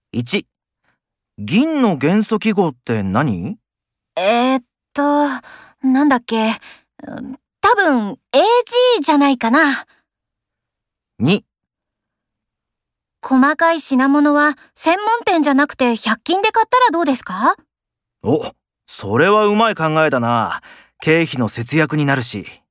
1、銀の元素記号って何？ なんだっけ。多分 AG じゃないかな。 2、 細かい品物は専門店じゃなくて100均で買ったらどうですか？ お、それはうまい考えだな。経費の節約になるし。